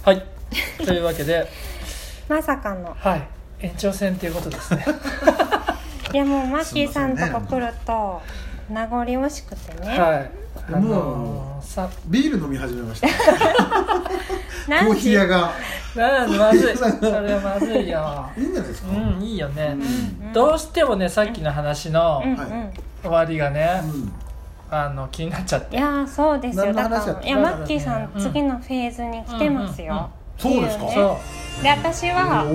はいというわけでまさかのはい延長戦ということですねいやもうマッキーさんとこ来ると名残惜しくてね、 はいもうビール飲み始めましたコーヒー屋がまずいそれはまずいよいいんじゃないですか。 うんいいよね、どうしてもねさっきの話の終わりがね、気になっちゃって。 いやそうですよ。だからいやマッキーさん、次のフェーズに来てますよ、 そうですか。 で私は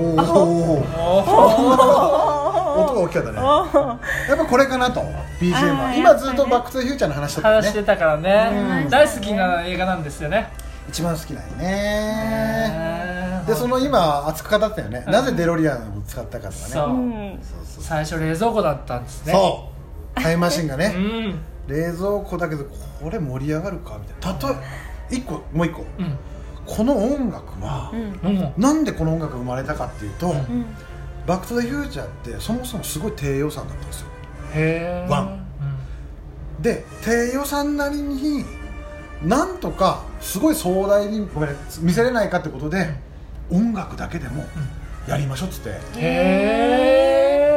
音が大きかったね。やっぱこれかなと BGM は今ずっとバックトゥザフューチャーの話とかね話してたからね、大好きな映画なんですよね。 一番好きなんよね。でその今熱く語ったよね、なぜデロリアンを使ったかとかね。そう最初冷蔵庫だったんですね。 そうタイムマシンがね、冷蔵庫だけどこれ盛り上がるかみたいな。例えもう一個、この音楽は、なんでこの音楽が生まれたかっていうと、バックトゥザフューチャーってそもそもすごい低予算だったんですよ。 へー。 ワン、で低予算なりになんとかすごい壮大に見せれないかってことで、音楽だけでもやりましょうっつって、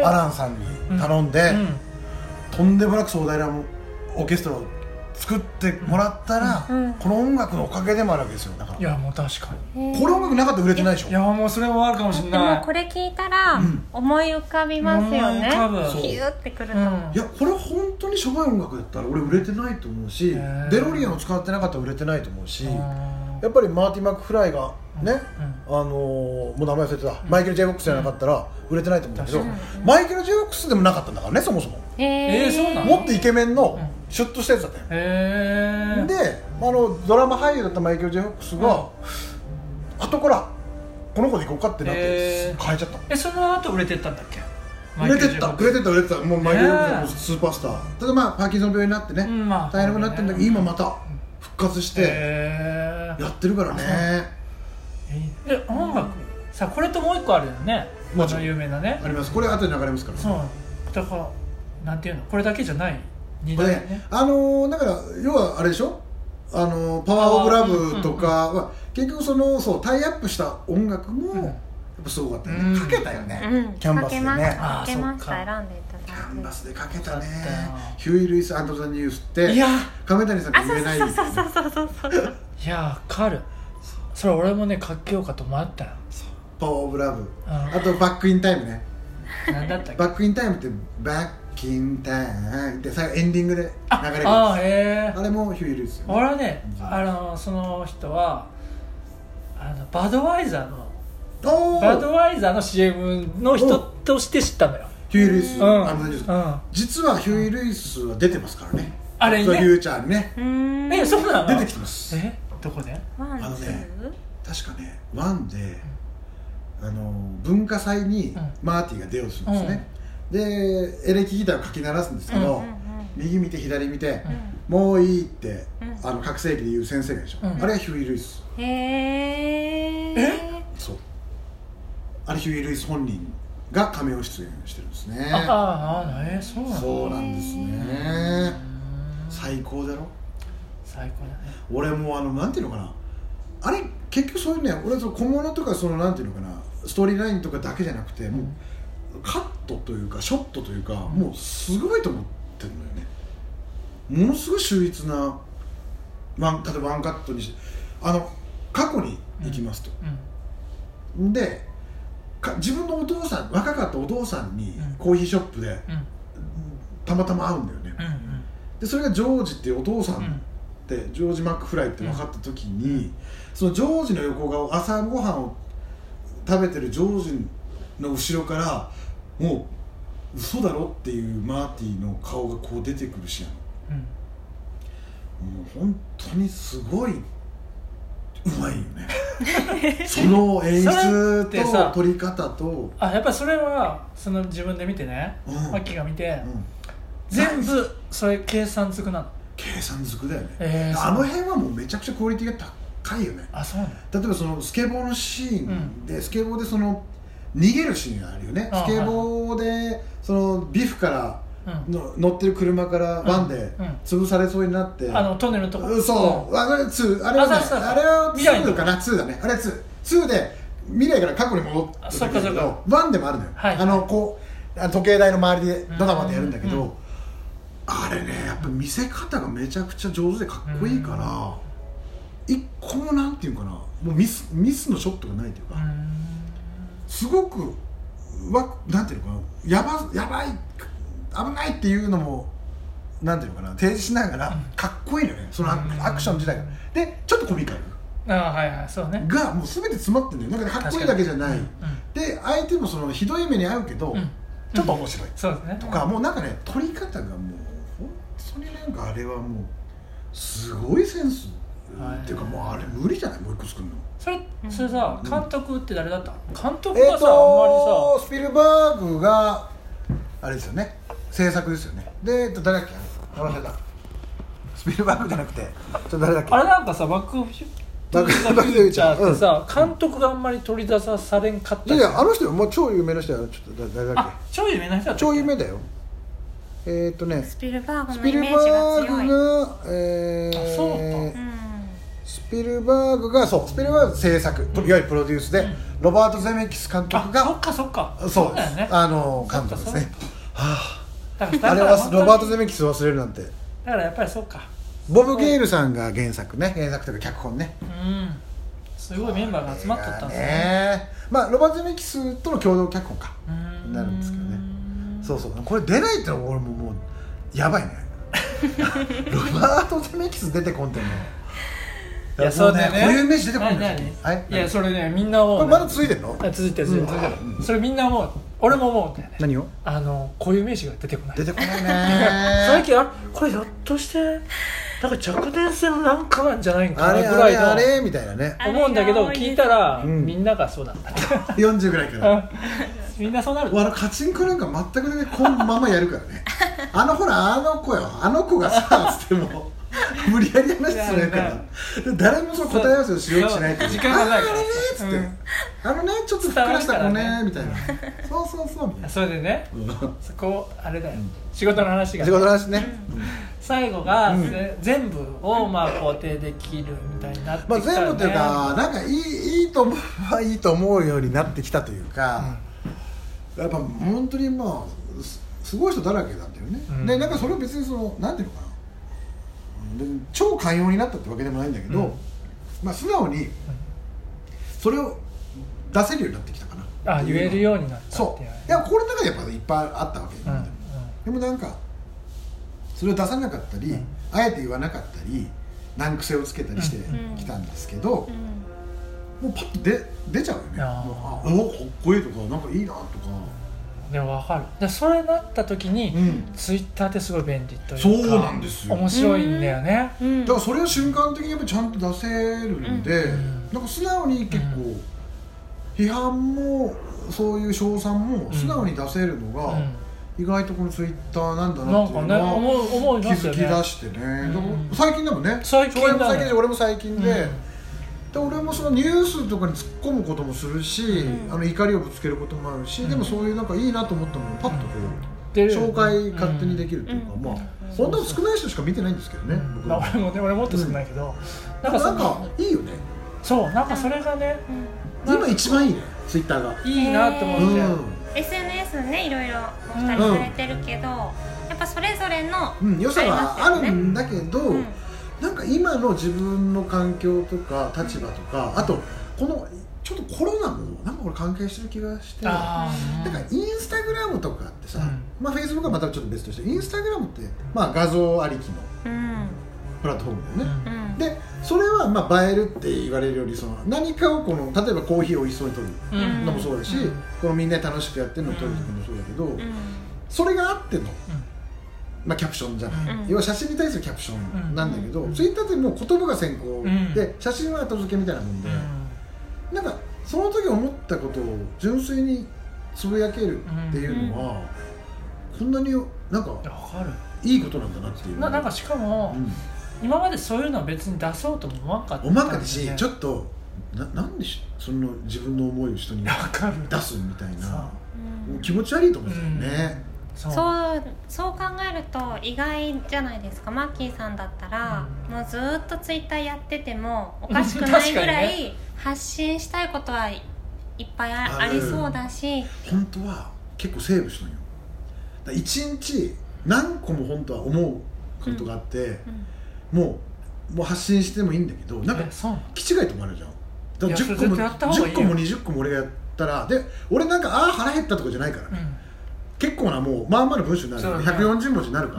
アランさんに頼んで、とんでもなく壮大なオーケストラを作ってもらったら、この音楽のおかげでもあるわけですよ。だからいやもう確かにこれ音楽なかったら売れてないでしょ。 いやもうそれもあるかもしれない。 でもこれ聞いたら、思い浮かびますよね。ヒューってくると、いやこれ本当にしょぼい音楽だったら俺売れてないと思うし、デロリアンを使ってなかったら売れてないと思うし、やっぱりマーティ・マックフライがね、もう名前忘れてた、マイケル・ジェイ・フォックスじゃなかったら売れてないと思うんだけど、マイケル・ジェイ・フォックスでもなかったんだからね、そもそも。 そうなの？ もっとイケメンのシュッとしたやつだったよ。でドラマ俳優だったマイケル・ジェイ・フォックスが、後からこの子で行こうかってなって変えちゃった。 その後売れてったんだっけ？ 売れてったもうマイケル・ジェイ・フォックススーパースター。ただパーキンソン病になってね、大変なくなってるんだけど、今また復活してやってるからね。 音楽さ、これともう一個あるよね。もちろん有名なね。 あります。これ後で流れますから。 そうだからなんていうの、これだけじゃない2 台ね。だから要はあれでしょ、パワーオブラブとかは結局そうタイアップした音楽もやっぱすごかったよね。かけたよね、キャンバスでね。 かけました。選んでいただいてキャンバスでかけたね。ヒューイ・ルイス・アンド・ザ・ニュースって、亀谷さんが言えない。 そういや分かる。それ俺もねかけようかと思ったよ。 パワーオブラブ、あとバックインタイムね。 何だったっけ？ バックインタイムってバックインタイムって最後エンディングで流れる。あれもヒューイ・ルイス。 俺はね、その人はバドワイザーの CM の人として知ったのよ。 ヒューイ・ルイス、実はヒューイ・ルイスは出てますからね。 あれにね、 フューチャーにね。 そうなの？ 出てきてます。 どこで？ 確かね、ワンで文化祭にマーティが出ようとするんですね。でエレキギターをかき鳴らすんですけど、右見て左見て、もういいって拡声器で言う先生がでしょ。あれはヒューイ・ルイス。そう、あれヒューイ・ルイス本人がカメオ出演してるんですね。そうなんですね。最高だろ。 最高だね。 俺もなんていうのかな、あれ結局そういうね、俺小物とかなんていうのかな、ストーリーラインとかだけじゃなくて、もうカットというかショットというか、もうすごいと思ってるのよね。ものすごい秀逸な例えばワンカットにして過去に行きますと、で自分のお父さん、若かったお父さんにコーヒーショップでたまたま会うんだよね。でそれがジョージっていうお父さんってジョージ・マックフライって分かった時に、そのジョージの横顔、朝ごはんを食べてるジョージの後ろからもう嘘だろっていうマーティの顔がこう出てくるシーン、もう本当にすごいうまいよねその演出と撮り方と、 やっぱりそれは自分で見てね、マッキーが見て、全部それ計算づくなの。 計算づくだよね。あの辺はもうめちゃくちゃクオリティが高いよね。 そうね。 例えばスケボーのシーンで、スケボーで逃げるシーンがあるよね。スケボーでビフから乗ってる車からバンで潰されそうになって、 トンネルのとこ、 そうあれ2あれはねあれは2かな2だねあれ2で未来から過去に戻ってるんだけどバンでもあるのよ、こう時計台の周りでドタバタやるんだけど、あれねやっぱ見せ方がめちゃくちゃ上手でかっこいいから、一個もなんていうかなもうミスのショットがないというか、すごくなんていうのかなやばい危ないっていうのもなんていうのかな提示しながらかっこいいのよね、そのアクション自体がでちょっとコミカルそうねがもう全て詰まってるんだよ。なんかかっこいいだけじゃない、で相手もそのひどい目に遭うけど、ちょっと面白い、 そうですねとかもうなんかね撮り方がもう本当になんかあれはもうすごいセンスっていうかもうあれ無理じゃないもう一個作るの。 それさ監督って誰だった監督がさあんまりさスピルバーグがあれですよね制作ですよね。で誰だっけ忘れたスピルバーグじゃなくて誰だっけあれなんかさバックフューチャーってさ監督があんまり取り出されんかった。 いやあの人もう超有名な人やちょっと誰だっけ超有名な人だったっけ。 超有名だよ。 スピルバーグのイメージが強い。 そうかスピルバーグがスピルバーグ制作いわゆるプロデュースで、ロバート・ゼメキス監督がそっかそうですね監督ですね。 あれはロバート・ゼメキス忘れるなんて。 だからやっぱりそうかボブ・ゲイルさんが原作というか脚本ね、 すごいメンバーが集まっとったんですね。まあロバート・ゼメキスとの共同脚本かになるんですけどね。そうこれ出ないってのは俺もうやばいねロバート・ゼメキス出てこんってもいやそうだよね。 こういうイメージ出てこないんですよ。 いやそれねみんな思う。 これまだ続いてるの？ 続いてる。それみんな思う。俺も思うんだよね。 何を？ こういう名詞が出てこない。 出てこないね。 最近これひょっとしてなんか若年性のなんかなんじゃないんかなぐらいのあれみたいなね思うんだけど聞いたらみんながそうだった 40ぐらいからみんなそうなる。 カチンコなんか全くねこのままやるからねほらあの子がさつっても無理やり話するから誰もその答え合わせをしようとしないと時間がないからあれねっつってちょっとふっくらした子ねみたいなそうみたいな。 それでねそこあれだよ仕事の話が仕事の話ね最後が全部を肯定できるみたいになってきたよね。 全部っていうかなんかいいと思うようになってきたというかやっぱ本当にすごい人だらけなんだよね。でなんかそれを別になんていうのかな超寛容になったってわけでもないんだけど、素直にそれを出せるようになってきたかな。 言えるようになったっていう。 いやこれの中でやっぱいっぱいあったわけで、でもなんかそれを出さなかったり、あえて言わなかったり難癖をつけたりしてきたんですけど、もうパッと出ちゃうよね。かっこいいとかなんかいいなとか。 でも分かる。でそれになった時に、ツイッターってすごい便利というかそうなんですよ。 面白いんだよね。 だからそれを瞬間的にやっぱちゃんと出せるんで、なんか素直に結構批判もそういう称賛も素直に出せるのが意外とこのツイッターなんだなっていうのは気づき出してね。最近でもね、俺も最近で。俺もそのニュースとかに突っ込むこともするし、怒りをぶつけることもあるし、でもそういうなんかいいなと思ったものをパッとこう紹介勝手にできるというか、本当は少ない人しか見てないんですけどね。 俺もっと少ないけど、 なんかいいよね。 そうなんかそれがね今一番いいねツイッターがいいなと思って。 SNS ねいろいろお二人されてるけど、やっぱそれぞれの良さはあるんだけど。なんか今の自分の環境とか立場とか、あとこのちょっとコロナもなんかこれ関係してる気がして、なんかインスタグラムとかってさ、フェイスブックはまたちょっと別としてインスタグラムって画像ありきのプラットフォームだよね。でそれは映えるって言われるより何かを例えばコーヒーを美味しそうに撮るのもそうだし、このみんな楽しくやってるのを撮る時もそうだけど、それがあってのキャプションじゃない、要は写真に対するキャプションなんだけど、ツイッターってもう言葉が先行で、写真は後付けみたいなもんで、なんかその時思ったことを純粋につぶやけるっていうのは、こんなになんかいいことなんだなっていう。 なんかしかも、今までそういうのは別に出そうとも思わんかった思わんかったし、ちょっとなんでその自分の思いを人に出すみたいな気持ち悪いと思うんですよね。 そう考えると意外じゃないですか。マッキーさんだったら、もうずっとツイッターやっててもおかしくないぐらい発信したいことはいっぱいありそうだし、 本当は結構セーブしたのよ。だ1日何個も本当は思うことがあって、もう発信してもいいんだけど、なんか気違いともあるじゃん。だから10個も20個も俺がやったら、で俺なんか腹減ったとかじゃないからね、結構なもうまあまあの文章になるから、140文字になるから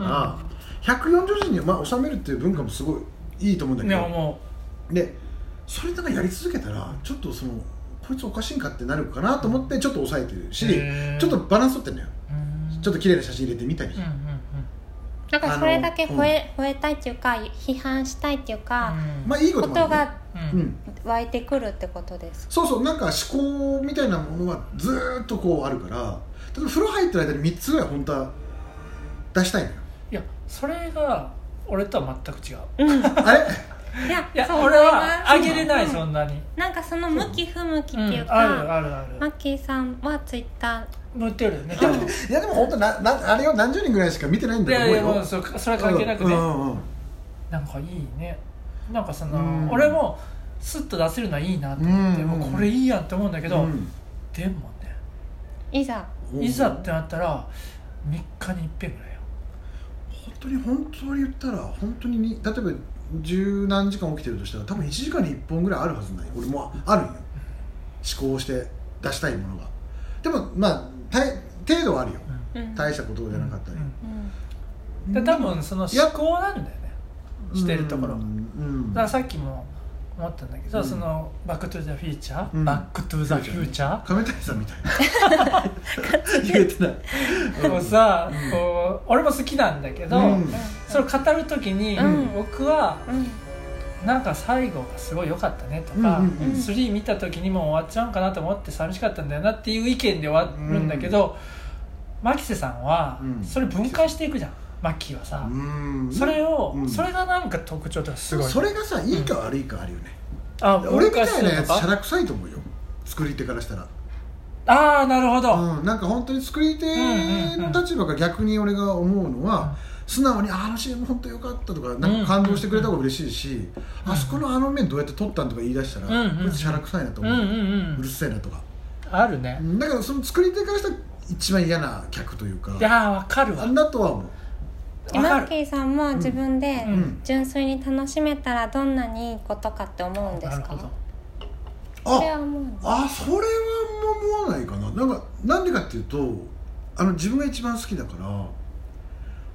、140字に収めるっていう文化もすごいいいと思うんだけど、でそれなんかやり続けたらちょっとこいつおかしいんかってなるかなと思ってちょっと抑えてるし、ちょっとバランス取ってんのよ。ちょっと綺麗な写真入れてみたり、 だからそれだけ吠えたいっていうか批判したいっていうか、 いいことが湧いてくるってことです。 そうなんか思考みたいなものはずーっとこうあるから、例えば風呂入ってる間に3つぐらい本当は出したいのよ。 いやそれが俺とは全く違う、 あれいや俺はあげれない。そんなになんかその向き不向きっていうか、 あるマッキーさんはツイッター向いてるよね。 いやでも本当あれを何十人ぐらいしか見てないんだと思うよ。 いやもうそれは関係なくね、なんかいいね。なんか俺もスッと出せるのはいいなと思って、もうこれいいやんって思うんだけど、でもね、いざってなったら3日に一遍ぐらいよ。 本当に言ったら本当に例えば十何時間起きてるとしたら多分1時間に1本ぐらいあるはずない。俺もあるんよ、思考して出したいものが。でも程度はあるよ、大したことじゃなかったり、 で多分その思考なんだよね、してるところ。だからさっきも思ったんだけど、そのバックトゥザフューチャー、バックトゥザフューチャー、 亀谷さんみたいな言えてない。 でもさ、俺も好きなんだけど、それを語るときに、僕はなんか最後がすごい良かったねとか、3見たときにもう終わっちゃうんかなと思って寂しかったんだよなっていう意見で終わるんだけど、牧瀬さんはそれ分解していくじゃん。マッキーはさ、それがなんか特徴とかすごい。 それがさ、いいか悪いかあるよね。俺みたいなやつしゃらくさいと思うよ、作り手からしたら。 なるほど、 なんか本当に作り手の立場が逆に俺が思うのは、素直にあの CM 本当良かったとか、なんか感動してくれた方が嬉しいし、あそこの面どうやって撮ったんとか言い出したら、こいつしゃらくさいなと思う、うるせえなとかあるね。 だからその作り手からしたら一番嫌な客というか、 いや分かるわ。 あんだとは思う。 マッキーさんも自分で純粋に楽しめたらどんなにいいことかって思うんですか？それは思う。 それは思わないかな。なんでかっていうと、自分が一番好きだから、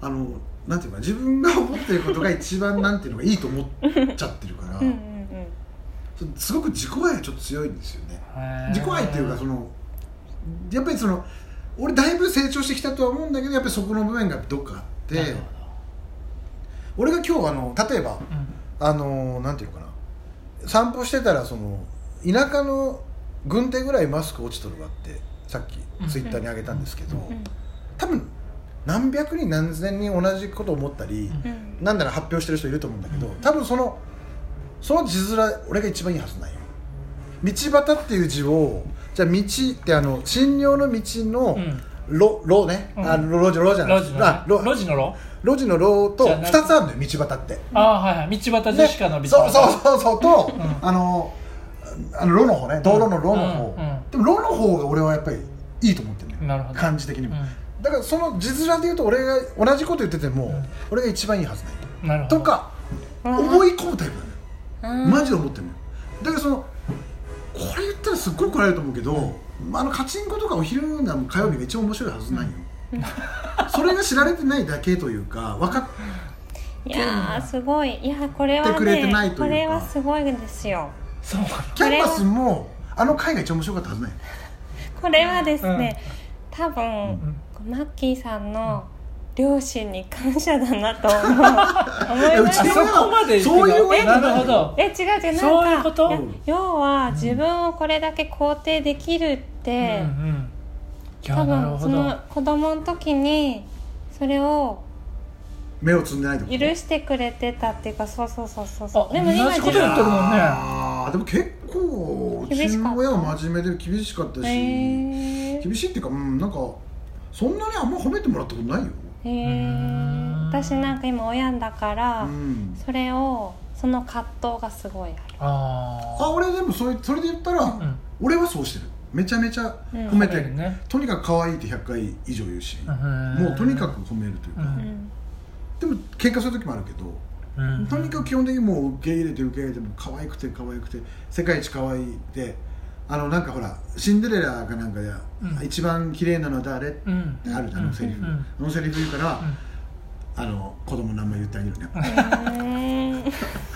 なんていうか、自分が思っていることが一番なんていうのがいいと思っちゃってるからすごく自己愛がちょっと強いんですよね。自己愛っていうか、やっぱり俺だいぶ成長してきたとは思うんだけど、やっぱりそこの部分がどっかあって、俺が今日例えば、なんていうのかな、散歩してたら田舎の軍手ぐらいマスク落ちとるがあって、さっきツイッターに上げたんですけど、多分何百人何千人同じこと思ったり、なんだら発表してる人いると思うんだけど、多分その字面俺が一番いいはずないよ。道端っていう字を、じゃあ道って診療の道の路ね、路地じゃない、路地の路と2つあるんだよ、道端って。 はい、道端ジェシカの道端、 そうと、路の方ね、道路の路の方、でも路の方が俺はやっぱりいいと思ってるのよ、感じ的にも。だからその字面で言うと、俺が同じこと言ってても、俺が一番いいはずないとか思い込むタイプなのよ、マジで思ってるのよ。だからこれ言ったらすっごい怒られると思うけど、カチンコとかお昼の火曜日が一番面白いはずないよ、それが知られてないだけというか、分かっていやすごい。いやこれはね、これはすごいですよ。 キャンバスも回が一番面白かったはずない。これはですね、多分マッキーさんの両親に感謝だなと思いました。 そこまでそういうわけなるほど。違うそういうこと。 要は自分をこれだけ肯定できるって、多分その子供の時にそれを目をつんでないと許してくれてたっていうか、そう。 でも今自分やってるもんね。 でも結構うちの親は真面目で厳しかったし、厳しいっていうか、なんかそんなにあんま褒めてもらったことないよ。 私なんか今親だから、それをその葛藤がすごいある。 俺でもそれで言ったら、俺はそうしてる。めちゃめちゃ褒めてる、とにかく可愛いって100回以上言うし、もうとにかく褒めるというか、でも喧嘩する時もあるけど、とにかく基本的にもう受け入れても可愛くて世界一可愛いってなんかほらシンデレラかなんかで、一番綺麗なのは誰ってあるじゃん、セリフ、セリフ言うから、子供の名前言ってあげるね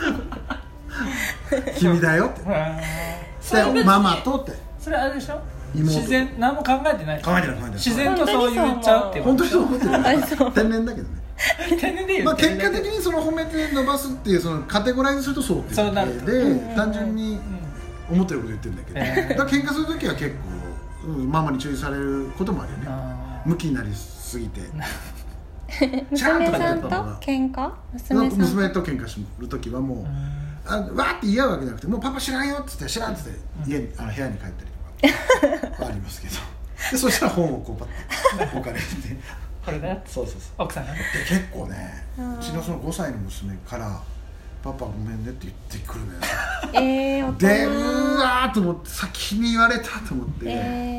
君だよってでママとってそれあれでしょ、自然、何も考えてない、自然とそう言っちゃうっていう。 本当にそう思ってる天然だけどね天然で言う、 まあ結果的にその褒めて伸ばすっていうそのカテゴライズするとそうっていうだけで、単純に思ってること言ってるんだけど、だから喧嘩するときは結構、ママに注意されることもあるよね。ムキになりすぎて娘さんと喧嘩？ 娘と喧嘩するときはもうわーって言い合うわけじゃなくて、もうパパ知らんよっつって知らんっつって部屋に帰ったりとかありますけど、でそしたら本をこうパッて置かれてこれね、 そう奥さんがで結構ね、うちのその5歳の娘からパパごめんねって言ってくるねでうわーと思って、先に言われたと思って、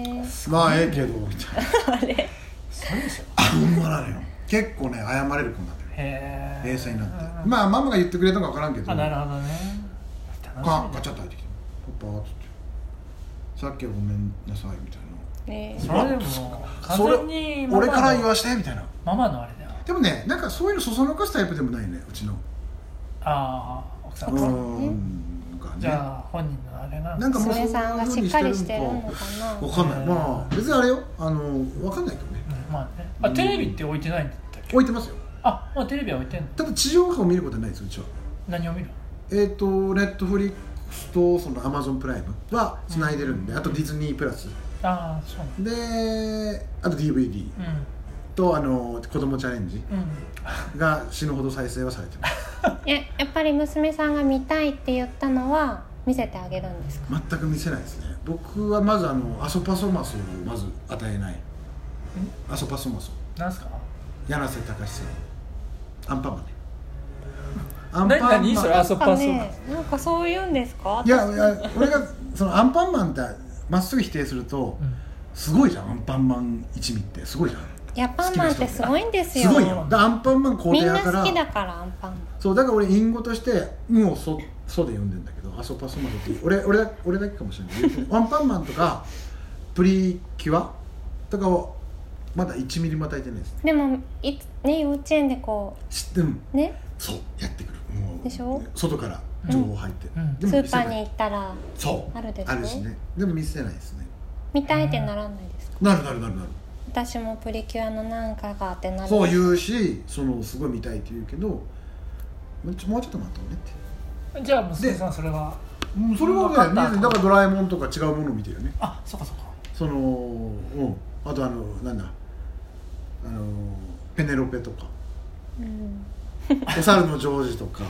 まあけどみたいなそうですよ、ほんまなのよ。結構ね謝れる子になってる、冷静になって、まあママが言ってくれたのか分からんけど、 なるほどね、 ガチャッと入ってきてパパっつってさっきはごめんなさいみたいな、 それでも完全に俺から言わしてみたいな、 ママのあれだよ。 でもね、なんかそういうのそそのかすタイプでもないね、うちの奥さんがじゃあ本人のあれなんかもう娘さんがしっかりしてるのかな、 分かんない。まあ別にあれよ、分かんないけどね。 まあね、テレビって置いてないんだったっけ？ 置いてますよ。 もうテレビは置いてんの？ ただ地上波を見ることはないです、うちは。 何を見る？ ネットフリックスとそのアマゾンプライムは繋いでるんで、あとディズニープラス、 そうであと DVD、と子供チャレンジが死ぬほど再生はされてます。 やっぱり娘さんが見たいって言ったのは見せてあげるんですか？ 全く見せないですね。僕はまずアソパソマソをまず与えない。アソパソマソなんすか？ 柳瀬隆さん、アンパンマンね。 何それアソパソマソ、なんかそう言うんですか？ いや俺がそのアンパンマンってまっすぐ否定すると、すごいじゃん、アンパンマン一味ってすごいじゃん。 いやパンマンってすごいんですよ。 すごいよ。アンパンマン肯定だから。 みんな好きだからアンパンマン。 そうだから俺隠語として「ん」を「そ」で呼んでんだけど、アソパソマソって俺だけかもしれない。アンパンマンとかプリキュアとかをまだ1ミリも与えてないです。 でもね、幼稚園でこうね、そうやってくる。もうでしょ？ 外から情報入って、 でもスーパーに行ったらそうあるでしょ？ あるしね。でも見せないですね。 見たいってならないですか？ なる。 私もプリキュアのなんかがってなる。 そう言うし、すごい見たいって言うけど、もうちょっと待ってねって。じゃあ娘さんそれはね、だからドラえもんとか違うものを見てるよね。 そうかあとなんだペネロペとか、お猿のジョージとか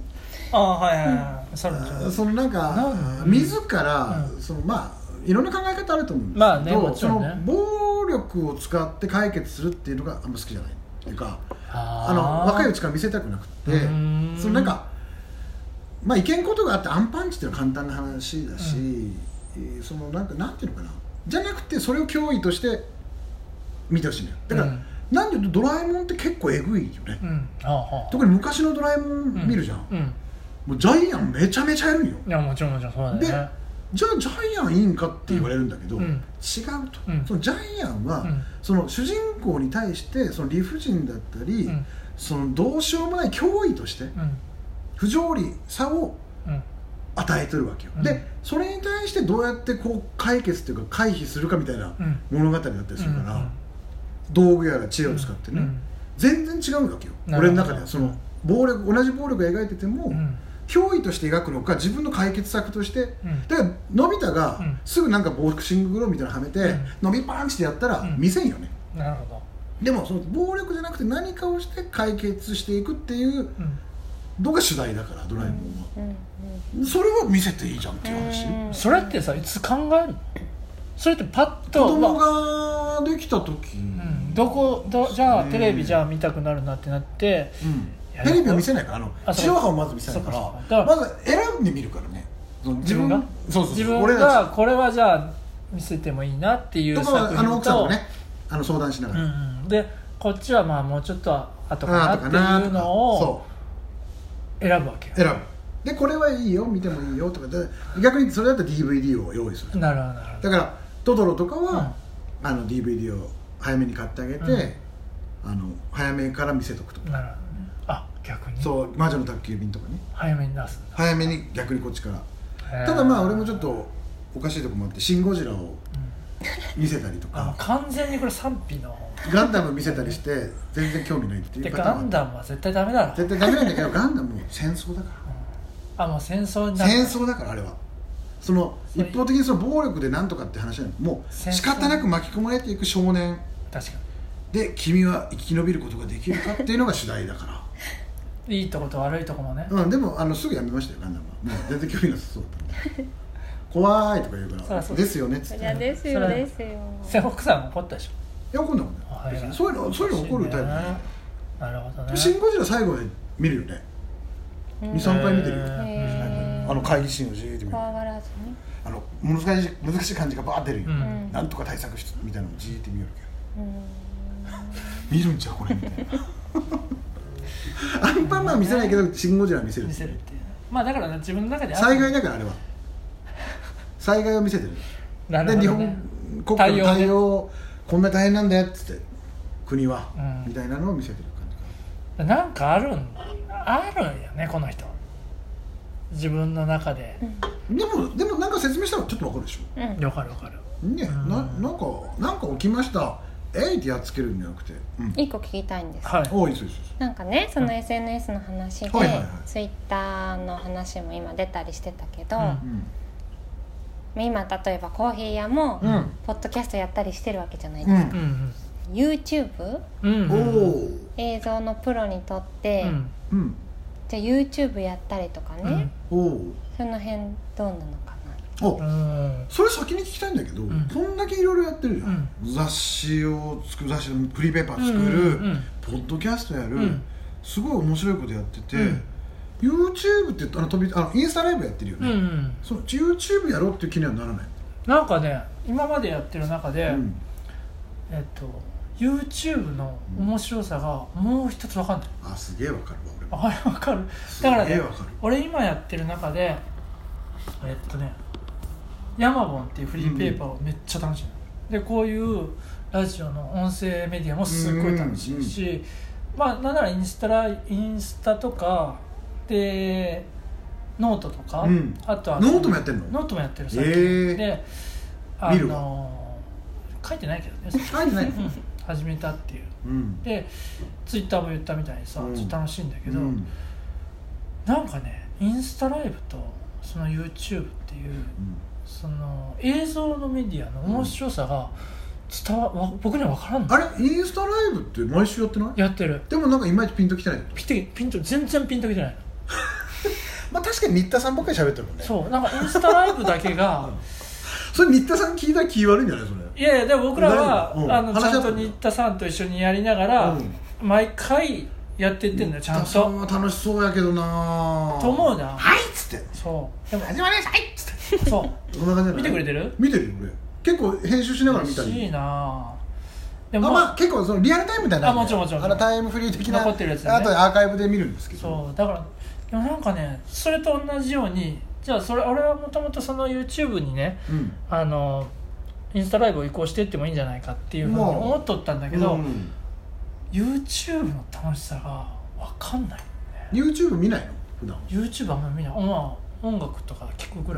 そのなんか自らいろんな考え方あると思うんですけど、その暴力を使って解決するっていうのがあんま好きじゃないっていうか、若いうちから見せたくなくて、そのなんかいけんことがあってアンパンチっていうのは簡単な話だし、そのなんていうのかな、じゃなくてそれを脅威として見てほしいのよ。だから、なんでドラえもんって結構エグいよね。特に昔のドラえもん見るじゃん。もうジャイアンめちゃめちゃやるんよ。 いやもちろんそうだね。 でじゃあジャイアンいいんかって言われるんだけど、違うと。そのジャイアンはその主人公に対してその理不尽だったり、そのどうしようもない脅威として不条理さを与えてるわけよ。でそれに対してどうやってこう解決っていうか回避するかみたいな物語だったりするから、道具やら知恵を使ってね、全然違うわけよ。俺の中ではその同じ暴力を描いてても、脅威として描くのか自分の解決策として、だからのび太がすぐなんかボクシンググローブみたいなのはめて、のびパンチってやったら見せんよね。 なるほど。 でもその暴力じゃなくて何かをして解決していくっていうのが主題だから、ドラえもんは、それは見せていいじゃんっていう話。 それってさ、いつ考えるの？それってパッと子供ができた時じゃあテレビじゃあ見たくなるなってなって、 テレビを見せないから地上波をまず見せないからまず選んでみるからね、 自分が自分がこれはじゃあ見せてもいいなっていう作品と奥さんとね相談しながら、 でこっちはまあもうちょっと後かなっていうのを選ぶわけよ。 選ぶでこれはいいよ見てもいいよとかで、逆にそれだったら DVD を用意する。 なるほどだからトトロとかは、DVD を早めに買ってあげて、早めから見せとくとか。 なるほどね。あ、逆にそう魔女の宅急便とかね早めに出すんだ。早めに逆にこっちから。ただまあ俺もちょっとおかしいとこもあってシン・ゴジラを見せたりとか、 完全にこれ賛否のガンダム見せたりして全然興味ないっていう方はガンダムは絶対ダメだろ。 絶対ダメなんだけどガンダムも戦争だから、 もう戦争になる。戦争だからあれはその一方的にその暴力でなんとかって話じゃない、もう仕方なく巻き込まれていく少年。 確かに。 で君は生き延びることができるかっていうのが主題だからいいとこと悪いとこもね。 でもすぐやめましたよガンダムは。もう全然興味なさそうだったんで怖いとか言うからですよねっつって。 いやですよですよ。 奥さん怒ったでしょ。 いや怒んないもんね。そういうの怒るタイプ。 なるほどね。 シン・ゴジラ最後まで見るよね。2、3回見てるよ。会議シーンをじーっと見る。 怖がらずに難しい感じがバーって出るよ。なんとか対策みたいなのをじーっと見るけど見るんちゃうこれみたいな。アンパンマン見せないけどシン・ゴジラ見せるっていう。 まあだから自分の中で災害だからあれは災害を見せてる。 なるほどね。 で日本国家の対応こんな大変なんだよっつって国は、みたいなのを見せてる感じかな。なんかあるんよねこの人自分の中で、 でもなんか説明したらちょっとわかるでしょ。わかるね。なんか起きましたってやっつけるんじゃなくて、 一個聞きたいんです。なんかねその SNS の話で、Twitter の話も今出たりしてたけど、今例えばコーヒー屋もポッドキャストやったりしてるわけじゃないですか。YouTube、映像のプロにとって、じゃあ YouTube やったりとかね、その辺どうなのかな。 それ先に聞きたいんだけど、こんだけいろいろやってるじゃん。雑誌を作る、フリーペーパー作る、ポッドキャストやる、すごい面白いことやってて、YouTube ってインスタライブやってるよね。その YouTube やろうっていう気にはならない？ なんかね今までやってる中で、YouTube の面白さがもう一つ分かんない。 すげえ分かるわ俺。あれ分かる。だからね俺今やってる中でヤマボンっていうフリーペーパーをめっちゃ楽しい。でこういうラジオの音声メディアもすごい楽しいし、なんならインスタとかでノートとか、あとはノートもやってるの？ ノートもやってる最近で、 見るわ。 書いてないけどね。 書いてない。 始めたっていう。でツイッターも言ったみたいにさ、ちょっと楽しいんだけど、なんかねインスタライブとその YouTube っていう、その映像のメディアの面白さが僕には分からんの。 あれインスタライブって毎週やってない？ やってる。 でもなんかいまいちピンときてない。 全然ピンときてないの。 確かに新田さんばっかり喋ってるもんね。 そうなんかインスタライブだけがそれ新田さん聞いたら気悪いんじゃないそれ。 いやいやでも僕らはちゃんと新田さんと一緒にやりながら、毎回やってってんだよちゃんと。 新田さんは楽しそうやけどなと思うな。 はいっつって。 そうでも始まりましたはいっつって。 そうそんな感じじゃない？ 見てくれてる？ 見てるよ俺。結構編集しながら見たり。 いいな。 でも結構そのリアルタイムみたいな。 もちろんタイムフリー的な残ってるやつね。 あとアーカイブで見るんですけど。 そうだからでもなんかねそれと同じようにじゃあ俺はもともとその YouTube にね、インスタライブを移行していってもいいんじゃないかっていうふうに思っとったんだけど、YouTube の楽しさが分かんないよね。 YouTube 見ないの普段？ YouTube あんまり見ない。音楽とか聴くぐらい。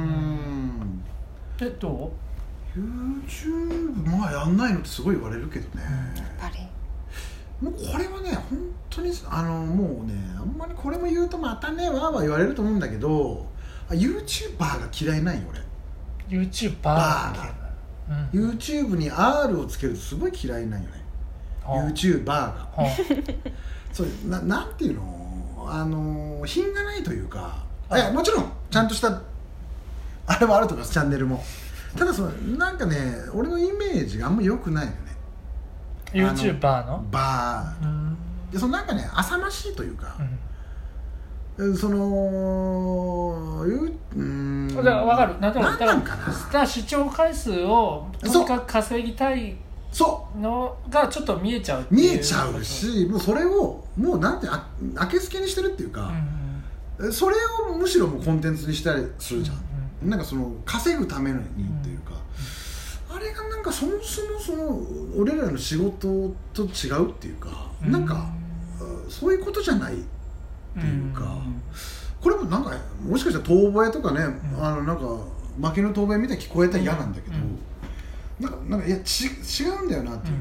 どう？ YouTube やんないのってすごい言われるけどね。 やっぱりもうこれはね本当にもうねあんまりこれも言うとまたねわーわー言われると思うんだけど、YouTuber が嫌いないよ俺。 YouTuber が YouTube に R をつけるとすごい嫌いなんよね。YouTuber がそうなんていうの品がないというか、もちろんちゃんとしたあれもあると思いますチャンネルも。ただなんかね俺のイメージがあんま良くないよね。 YouTuber のバーで、そのなんかね浅ましいというか、そのだから分かる、なんなんかな、 視聴回数をとにかく稼ぎたいのがちょっと見えちゃうっていう、 見えちゃうし、もうそれをもうなんてあけすけにしてるっていうか、それをむしろもうコンテンツにしたりするじゃん、なんかその稼ぐためにっていうか、あれがなんかそもそもその俺らの仕事と違うっていうか、なんかそういうことじゃないっていうか、これもなんかもしかしたら遠吠えとかね、なんか負の遠吠えみたいに聞こえたら嫌なんだけど、なんかいや違うんだよなっていう、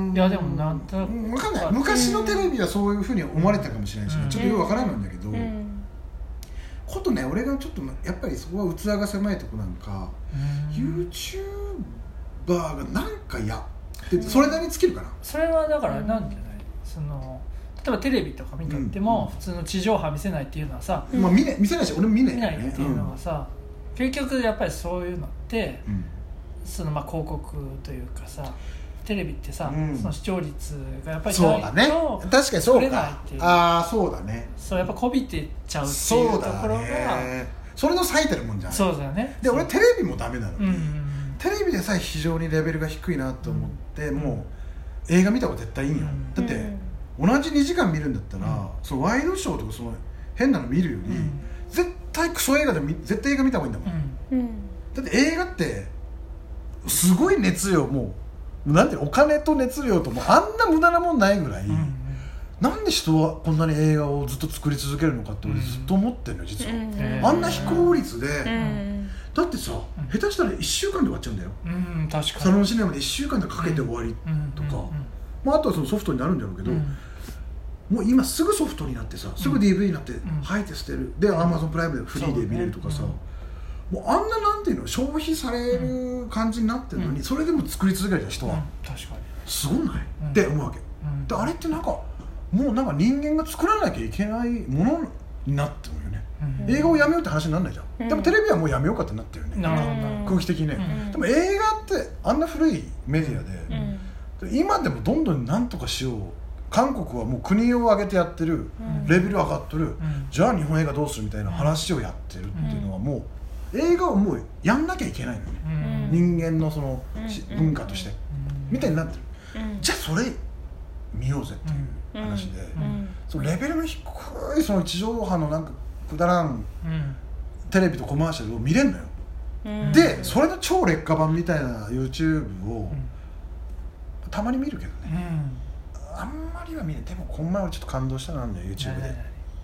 いやでもなんとなく分かんない、昔のテレビはそういうふうに思われたかもしれないし、ちょっとよく分からないんだけど、ことね、俺がちょっとやっぱりそこは器が狭いとこなんか、YouTuber がなんか嫌ってそれなりに尽きるかな。 それはだからなんじゃない、その例えばテレビとか見たっても、普通の地上波見せないっていうのはさ、 まあ、見せないし俺も見ないよね、見ないっていうのはさ、結局やっぱりそういうのって、そのまあ広告というかさ、テレビってさ、その視聴率がやっぱりないと、 そうだね、確かにそうか、ああそうだね、 そうやっぱこびていっちゃうっていうところが、 それの最たるもんじゃない。 そうだよね。 で俺テレビもダメなのに、テレビでさえ非常にレベルが低いなと思って、もう映画見た方が絶対いいんよ、だって同じ2時間見るんだったら、そのワイドショーとかその変なの見るより、絶対クソ映画で絶対映画見た方がいいんだもん、だって映画ってすごい熱量、もうなんていうの、お金と熱量ともあんな無駄なもんないぐらい、なんで人はこんなに映画をずっと作り続けるのかって俺ずっと思ってるのよ実は、あんな非効率で、だってさ、下手したら1週間で終わっちゃうんだよ、 確かにサロンシネマで1週間でかけて終わりとか、まあ、あとはそのソフトになるんだろうけど、もう今すぐソフトになってさ、すぐ DVD になって吐いて捨てる、で Amazon プライムでフリーで見れるとかさ、もうあんななんていうの消費される感じになってるのに、それでも作り続けるじゃん人は、確かにすごない、って思うわけ、であれってなんかもうなんか人間が作らなきゃいけないものになってるよね、映画をやめようって話にならないじゃん、でもテレビはもうやめようかってなってるよね、空気的にね、でも映画ってあんな古いメディアで、今でもどんどんなんとかしよう、韓国はもう国を挙げてやってる、レベル上がってる、じゃあ日本映画どうするみたいな話をやってるっていうのは、もう映画をもうやんなきゃいけないのね、人間のその文化としてみたいになってる、じゃあそれ見ようぜっていう話で、そのレベルの低いその地上波のなんかくだらんテレビとコマーシャルを見れんのよ、でそれの超劣化版みたいな YouTube をたまに見るけどね、あんまりは見ない。でもこの前はちょっと感動したのなんだよ YouTube で、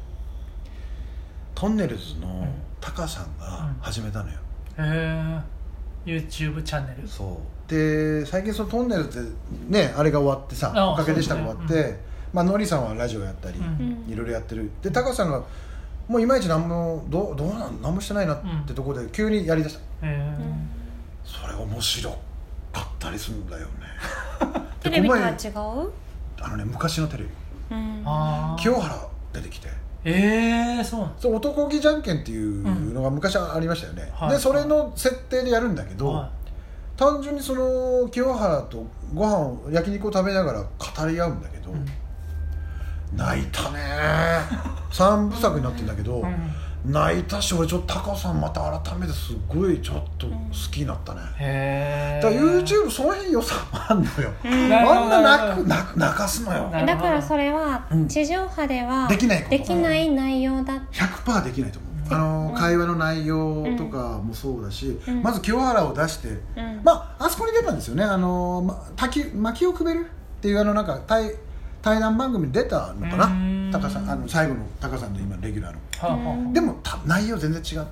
トンネルズのタカさんが始めたのよ、 YouTube チャンネル。 そうで最近そのトンネルってねあれが終わってさ、おかげでしたが終わって、まあノリさんはラジオやったり、いろいろやってる。でタカさんがもういまいち何もどう何もしてないなってところで急にやりだした、それ面白かったりするんだよねテレビとは違う？ 昔のテレビ、清原出てきて、 そうなんそう男気じゃんけんっていうのが昔ありましたよね、でそれの設定でやるんだけど、単純にその清原とご飯を焼肉を食べながら語り合うんだけど、泣いたね3部作になってるんだけど、泣いたし、俺ちょっと高尾さんまた改めてすごいちょっと好きになったね。だから YouTube その辺良さもあんのよ、あんな泣かすのよ。 だからそれは地上波ではできない内容だ、 100% できないと思う。会話の内容とかもそうだし、まず清原を出して、まああそこに出たんですよね、薪をくべるっていうなんか対談番組に出たのかな、タカさん最後のタカさんの今レギュラーの、でも内容全然違って、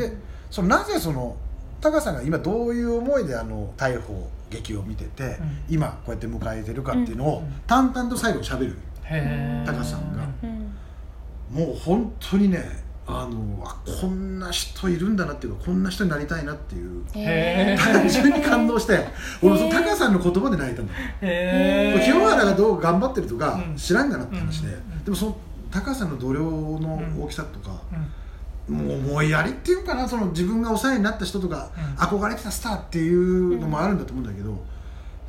でなぜそのタカさんが今どういう思いで逮捕劇を見てて、今こうやって迎えてるかっていうのを淡々と最後に喋るタカさんが、もう本当にねこんな人いるんだなっていうか、こんな人になりたいなっていう単純に感動して、俺そのタカさんの言葉で泣いたんだ。清原がどう頑張ってるとか知らんがなって話で、でもそのタカさんの度量の大きさとか、もう思いやりっていうかな、その自分がお世話になった人とか、憧れてたスターっていうのもあるんだと思うんだけど、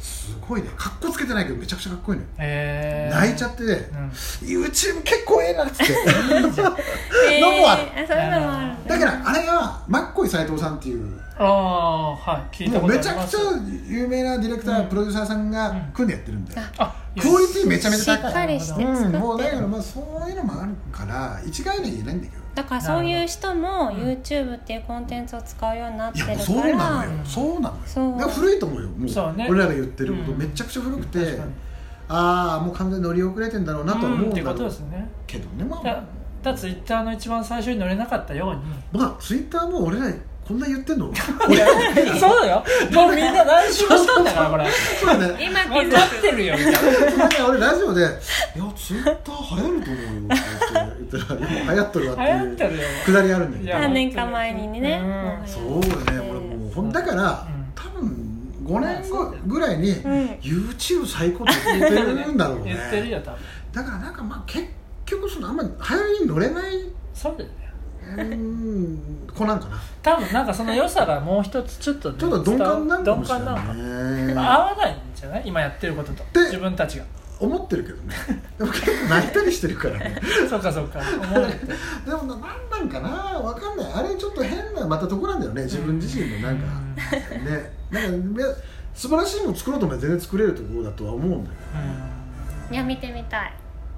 すごいね、かっこつけてないけどめちゃくちゃかっこいいのよ。泣いちゃってね、YouTube 結構なっつってのもある。 そういうのもある。 だからあれはマッコイ斉藤さんっていう、 聞いたことあります。 もうめちゃくちゃ有名なディレクター、プロデューサーさんが組んでやってるんで、クオリティめちゃめちゃ高い。 しっかりして作ってる。 もうだからそういうのもあるから一概には言えないんだけど。 だからそういう人も YouTube っていうコンテンツを使うようになってるから。 そうなのよ、そうなのよ。だから古いと思うよ、もう俺らが言ってることめちゃくちゃ古くて、もう完全に乗り遅れてんだろうなと思うんだろうけどね。 だツイッターの一番最初に乗れなかったように、 ツイッターも俺らこんな言ってんのそうだよ、もうみんな何周もしたんだからこれ。 そうだね、 今気づいてるよみたいな。俺ラジオで「いやツイッター流行ると思うよ」って言ったら「今流行ってるわ」っていうくだりあるんだけど、 何年か前にね。 そうだね、俺もうだから多分5年後ぐらいに YouTube 最高って言ってるんだろうね。 言ってるよ多分。 だからなんか結局あんまり流行りに乗れない。 そうだよね。 子なんかな。 多分なんかその良さがもう一つちょっと鈍感になるかもしれないね。 合わないんじゃない、今やってることと自分たちが思ってるけどね。でも結構泣いたりしてるからね。 そうかそうか。 でもなんかな、わかんない。あれちょっと変なまたとこなんだよね、自分自身のなんかね、なんか素晴らしいもの作ろうと思えば全然作れるところだとは思うんだけど。いや見てみたい。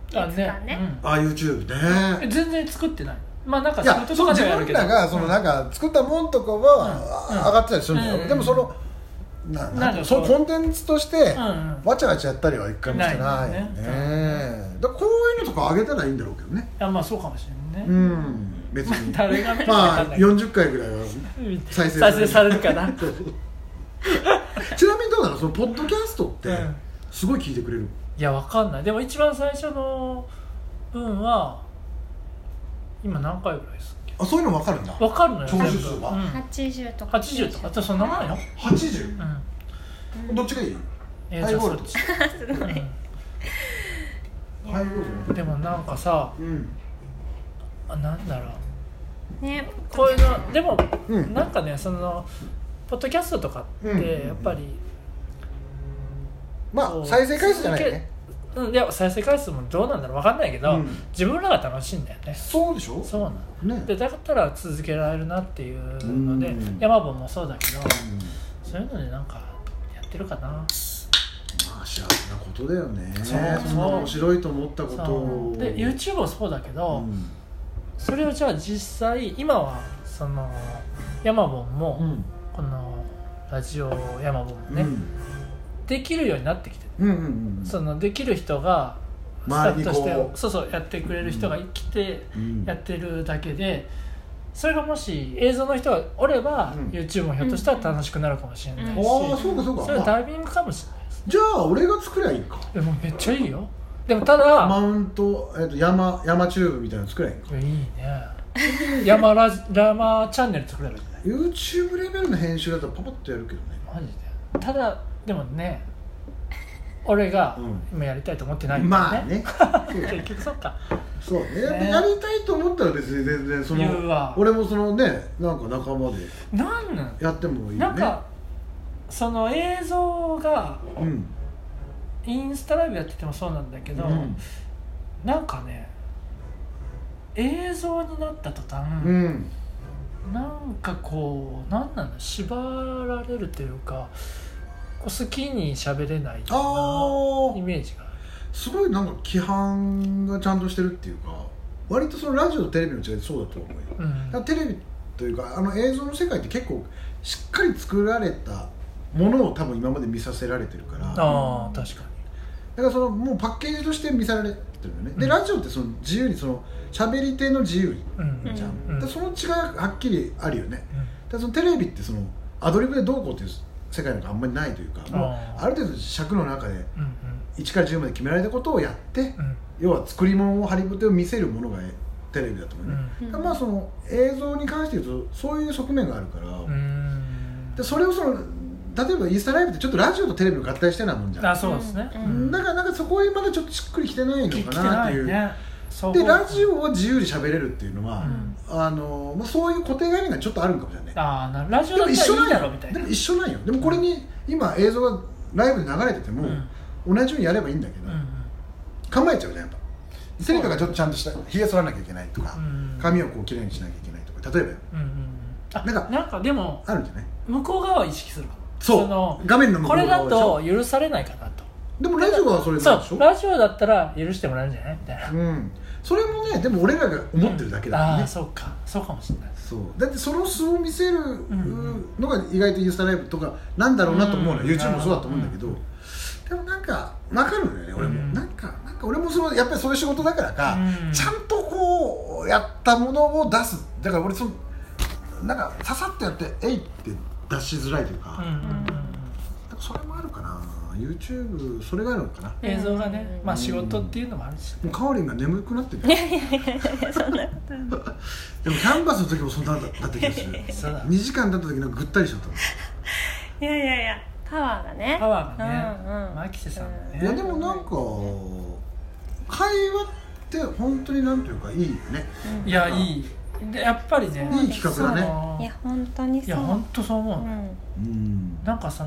YouTube ね。 全然作ってない。まあなんか自分らがそのなんか作ったもんとかは上がってたりするんだよ。でもそのそのコンテンツとしてわちゃわちゃやったりは一回もしてないよね。だからこういうのとか上げたらいいんだろうけどね。 いやまあそうかもしれないね。 別に誰が見るかまあ40回ぐらいは再生されるかな。 ちなみにどうなの、そのポッドキャストってすごい聞いてくれる？ いやわかんない。でも一番最初の分は今何回ぐらいですっけ？ そういうの分かるんだ。 分かるのよ。 聴取数は 80とか 80とか。じゃあそんなもんよ。 80？どっちがいい？ハイボール。 すごい。 ハイボール。 でもなんかさ、なんだろうね、 こういうのでもなんかね、そのポッドキャストとかってやっぱりまあ再生回数じゃないよね。 いや再生回数もどうなんだろう分かんないけど、自分らが楽しいんだよね。 そうでしょ。 そうなの、でだったら続けられるなっていうので、山本もそうだけど、そういうのでなんかやってるかな。まあ幸せなことだよね。そんな面白いと思ったことをで YouTube もそうだけど、それをじゃあ実際今はその山本も、このラジオ山本もね、できるようになってきてる。そのできる人がスタッフとしてやってくれる人が来てやってるだけで、それがもし映像の人がおれば、YouTube もひょっとしたら楽しくなるかもしれないし、それはタイミングかもしれないです。 じゃあ俺が作りゃいいか。 でもめっちゃいいよ。でもただマウント、山チューブみたいなの作りゃいいか。 いいね。山チャンネル作れるじゃない。 YouTube レベルの編集だとパパッとやるけどね。 マジで。ただでもね、俺が今やりたいと思ってないんだよね。 まあね。 結局そうか。 そうね。やりたいと思ったら別に全然その俺もそのね、なんか仲間でやってもいいよね。 なんかその映像がインスタライブやっててもそうなんだけど、なんかね映像になった途端、なんかこうなんなんだ、縛られるというか、好きに喋れないようなイメージがある。 すごいなんか規範がちゃんとしてるっていうか、割とそのラジオとテレビの違いってそうだと思うよ。だからテレビというか映像の世界って結構しっかり作られたものを多分今まで見させられてるから。 確かに。 だからそのもうパッケージとして見せられてるよね。でラジオってその自由にその喋り手の自由じゃん。でその違いがはっきりあるよね。でそのテレビってそのアドリブでどうこうっていう世界なんかあんまりないというか、もうある程度尺の中で1から10まで決められたことをやって、要は作り物をハリボテを見せるものがテレビだと思うね。まあその映像に関して言うとそういう側面があるから、でそれをその例えばインスタライブってちょっとラジオとテレビの合体してないもんじゃん。 そうですね。 だからなんかそこへまだちょっとしっくりきてないのかなっていう。でラジオを自由に喋れるっていうのは、そういう固定概念がちょっとあるんかもしれない。 ラジオだったらいいだろみたいな。 でも一緒なんよ。でもこれに今映像がライブで流れてても、同じようにやればいいんだけど、構えちゃうじゃんやっぱ。セリカがちょっとちゃんとしたひげ剃らなきゃいけないとか、髪をこうきれいにしなきゃいけないとか、例えばなんかでもあるんじゃない？ 向こう側を意識するかも。 そう画面の向こう側これだと許されないかなと。 でもラジオはそれなんでしょ？ そうラジオだったら許してもらえるんじゃないみたいな。 それもね、でも俺らが思ってるだけだからね。 そうかもしれない。 そうだってその素を見せるのが意外とインスタライブとかなんだろうなと思うの。YouTube もそうだと思うんだけど、でもなんか分かるんだよね俺も。なんか俺もやっぱりそういう仕事だからか、ちゃんとこうやったものを出す。だから俺なんかささっとやってえいって出しづらいというか、それもあるかな。YouTube それがあるのかな。 映像がね、まあ仕事っていうのもあるし、 もうカオリンが眠くなってる。いやそんなことでもキャンバスの時もそんなだった気がする。2時間経った時なんかぐったりしちゃったの。いやパワーがねマキセさんがね。 いやでもなんか会話って本当になんていうかいいよね。 いやいいでやっぱりね、 いい企画だね。 いや本当にそう。 いや本当そう思う。なんか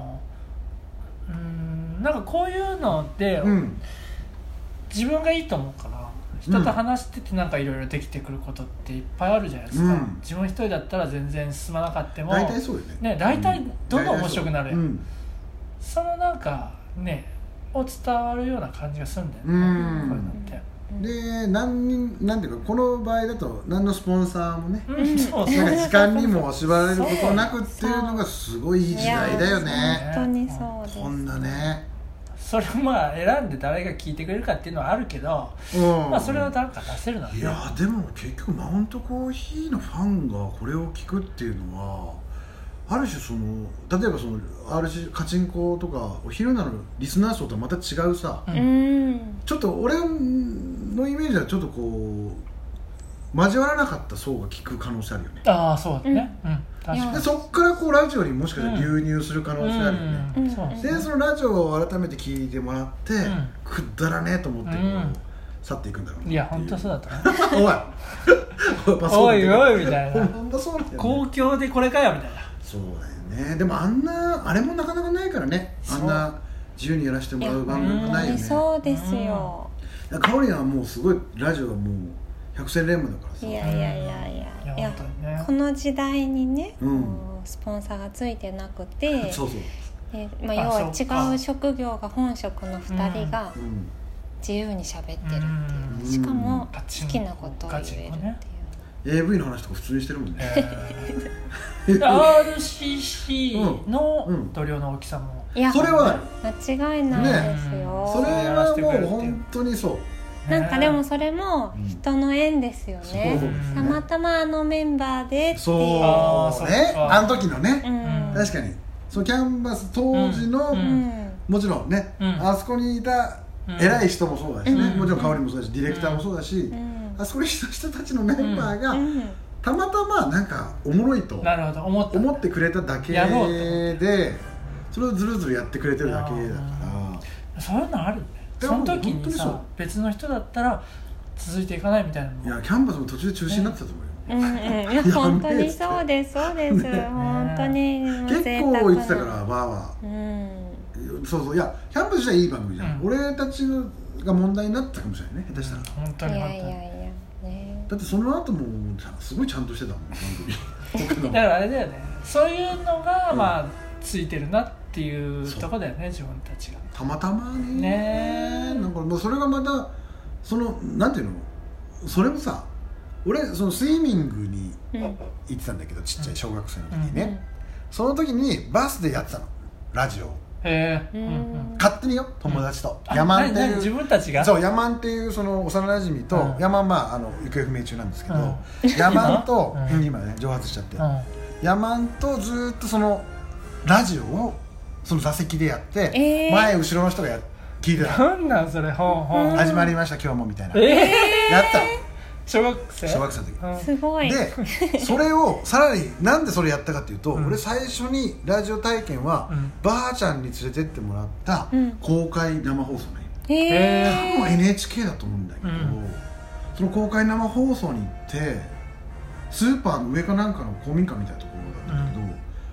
なんかこういうので、自分がいいと思うから人と話しててなんかいろいろできてくることっていっぱいあるじゃないですか。自分一人だったら全然進まなかったも大体そうよね。 大体どんどん面白くなるやん。そのなんかねを伝わるような感じがするんだよね、こういうのって。 でなんていうかこの場合だと何のスポンサーもね、 そうなんか時間にも縛られることなくっていうのがすごいいい時代だよね。 本当にそうです。 こんなね。 それをまあ選んで誰が聞いてくれるかっていうのはあるけど、まあそれをなんか出せるのはね。 いやでも結局マウントコーヒーのファンがこれを聞くっていうのはある種例えばRC カチンコとかお昼なのリスナー層とはまた違うさ、ちょっと俺のイメージはちょっとこう交わらなかった層が聞く可能性あるよね。 ああそうだね。確かに。 でそっからこうラジオにもしかしたら流入する可能性あるよね。でそのラジオを改めて聞いてもらって、くだらねえと思って去っていくんだろうね。 いや本当そうだったね。 おいおいみたいな。 本当そうだよね。 公共でこれかよみたいな。 そうだよね。でもあれもなかなかないからね。あんな自由にやらせてもらう番組もないよね。 そうですよ。 かおりんはもうすごいラジオはもう百戦錬磨だからさ。 いやこの時代にね、スポンサーがついてなくて、要は違う職業が本職の2人が自由に喋ってるっていう、しかも好きなことを言えるっていう。 AV の話とか普通にしてるもんね。 RCC の度量の大きさもそれは間違いないですよ。 それはもう本当にそう。 なんかでもそれも人の縁ですよね。たまたまメンバーでっていう。 そうね。あの時のね。確かにそのキャンバス当時のもちろんね、あそこにいた偉い人もそうだしね、もちろん香りもそうだしディレクターもそうだし、あそこにいた人たちのメンバーがたまたまなんかおもろいと思ってくれただけで、それをずるずるやってくれてるだけだから。 そういうのあるね。その時にさ別の人だったら続いていかないみたいなのも。 いやキャンバスも途中で中止になってたと思うよ。 本当にそうです本当に結構言ってたからバーは。そういやキャンバス自体いい番組じゃん。俺たちが問題になったかもしれないね、下手したら。 本当に本当に。 だってその後もすごいちゃんとしてたもん番組。 だからあれだよね、そういうのがまあついてるなっていうとこだよね、自分たちがたまたまね。なんかそれがまたなんていうの、それもさ、俺スイミングに行ってたんだけど、ちっちゃい小学生の時にね、その時にバスでやってたのラジオ。勝手によ、友達とヤマンっていう、 自分たちがそうヤマンっていう幼馴染と、ヤマン行方不明中なんですけど、ヤマンと今ね蒸発しちゃって、ヤマンとずっとラジオを座席でやって、前後ろの人が聞いてた。 なんなんそれ。 始まりました今日もみたいな、やったの小学生の時。 すごい。 でそれをさらになんでそれやったかっていうと、俺最初にラジオ体験はばあちゃんに連れてってもらった公開生放送ね。多分 NHK だと思うんだけど、その公開生放送に行って、スーパーの上かなんかの公民館みたいなところだったんだけど、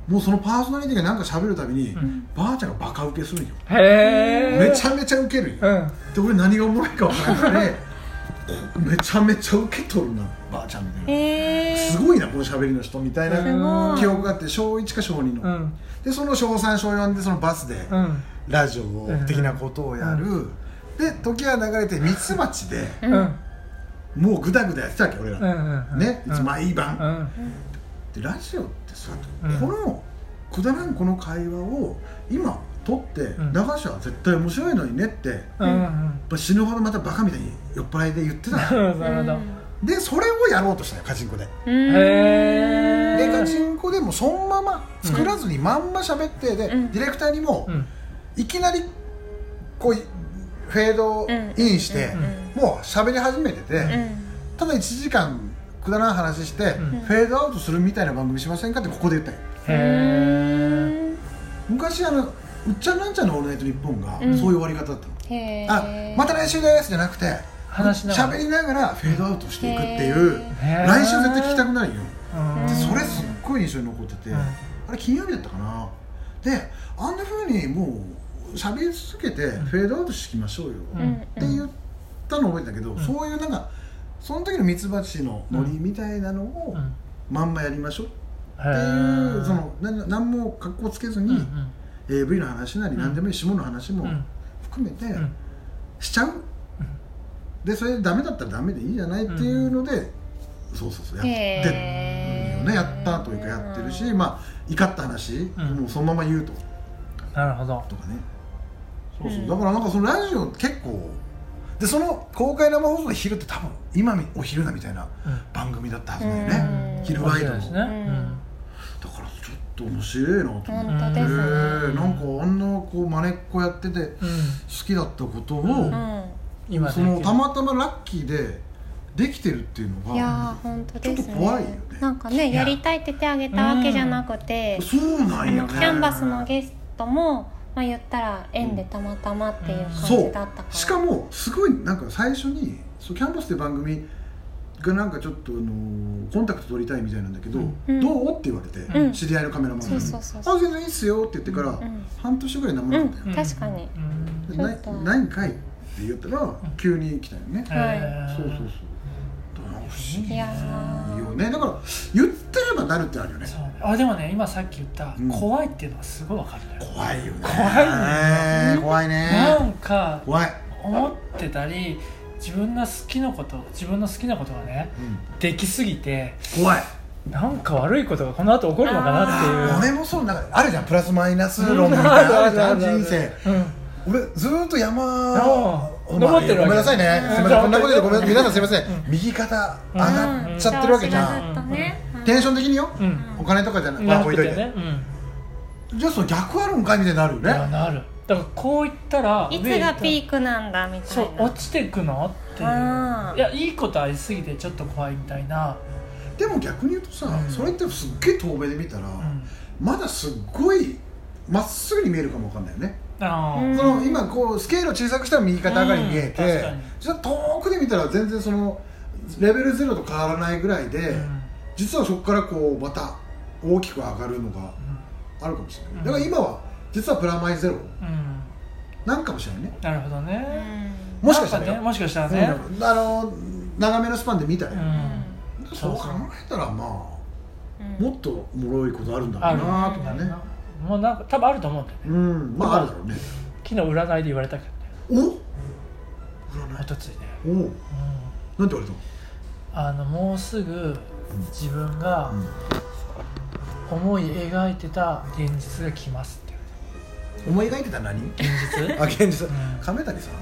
もうそのパーソナリティがなんか喋るたびに、ばあちゃんがバカウケするんよ。 へめちゃめちゃウケるんよ、で俺何がおもろいか分からないでめちゃめちゃウケとるなばあちゃんみたいな、すごいなこの喋りの人みたいな記憶があって、小1か小2の、でその小3小4でそのバスでラジオ的なことをやる、で時は流れてミツバチで、もうグダグダやってたわけ俺ら、ね、いつ毎晩、でラジオってさ、このくだらんこの会話を今撮って流しは絶対面白いのにねって、死ぬほどまたバカみたいに酔っ払いで言ってたので、それをやろうとしたのよ、カチンコで。でカチンコでもそのまま作らずにまんま喋って、でディレクターにもいきなりこうフェードインしてもう喋り始めてて、ただ1時間くだらん話してフェードアウトするみたいな番組しませんかってここで言ったよ。昔うっちゃんなんちゃんのオールナイトニッポンがそういう終わり方だったの。あ、また来週ですじゃなくて喋りながらフェードアウトしていくっていう、来週絶対聞きたくないよ。でそれすっごい印象に残ってて、あれ金曜日だったかな。であんな風にもう喋り続けてフェードアウトしていきましょうよって言ったのを覚えてたけど、そういうなんかその時のミツバチのノリみたいなのをまんまやりましょうっていう、その何も格好つけずに AV の話なり何でもいい下の話も含めてしちゃう。でそれでダメだったらダメでいいじゃないっていうので、そうやってるよね。やったというかやってるし、まあ怒った話もうそのまま言うと、 なるほどとかね。だからなんかそのラジオ結構で、その公開生放送の昼って多分今お昼だみたいな番組だったはずだよね、昼ワイドの。だからちょっと面白いなと思って、なんかあんなこうマネっこやってて好きだったことを、そのたまたまラッキーでできてるっていうのが、いや本当ですね、ちょっと怖いよね。 なんかね、やりたいって手挙げたわけじゃなくて、 そうなんよね。 キャンバスのゲストもまあ言ったら縁でたまたまっていう感じだったから、 しかもすごいなんか最初にキャンバスって番組がなんかちょっとコンタクト取りたいみたいなんだけど、どうって言われて、知り合いのカメラマンにあ全然いいっすよって言ってから半年ぐらい何もなかったよ。 確かにないんかいって言ったら急に来たよね。そう不思議よね。だから言ってればなるってあるよね。 あでもね、今さっき言った怖いっていうのはすごい分かるね。 怖いよね。 怖いね。 なんか思ってたり自分の好きなことがね、できすぎて怖い。 なんか悪いことがこの後起こるのかなっていう。 俺もそう、なんかあるじゃん、プラスマイナス論みたいなあるじゃん、人生。俺ずーっと山登ってるわけ。ごめんなさいね、すみません、こんなことでごめんなさい、皆さんすみません。右肩上がっちゃってるわけじゃん、テンション的によ。お金とかじゃなくてね。じゃあその逆あるんかいみたいになるよね。 なる。だからこう言ったらいつがピークなんだみたいな。 そう、落ちてくのっていう。いや、いいことありすぎてちょっと怖いみたいな。 でも逆に言うとさ、それってすっげえ遠目で見たらまだすっごいまっすぐに見えるかもわかんないよね。その今こうスケールを小さくしたら右肩上がりに見えて、実は遠くで見たら全然そのレベル0と変わらないぐらいで、実はそこからこうまた大きく上がるのがあるかもしれない。だから今は実はプラマイゼロなんかもしれないね。 なるほどね。 もしかしたらね、 もしかしたらね、 長めのスパンで見たらそう考えたらまあもっとおもろいことあるんだろうなとかね。 もうなんか多分あると思うんだよね。 まああるだろうね。 昨日占いで言われたけどね。おとついね。 なんて言われたの？もうすぐ自分が思い描いてた現実が来ますって。 思い描いてた何？ 現実？ 現実。亀谷さん？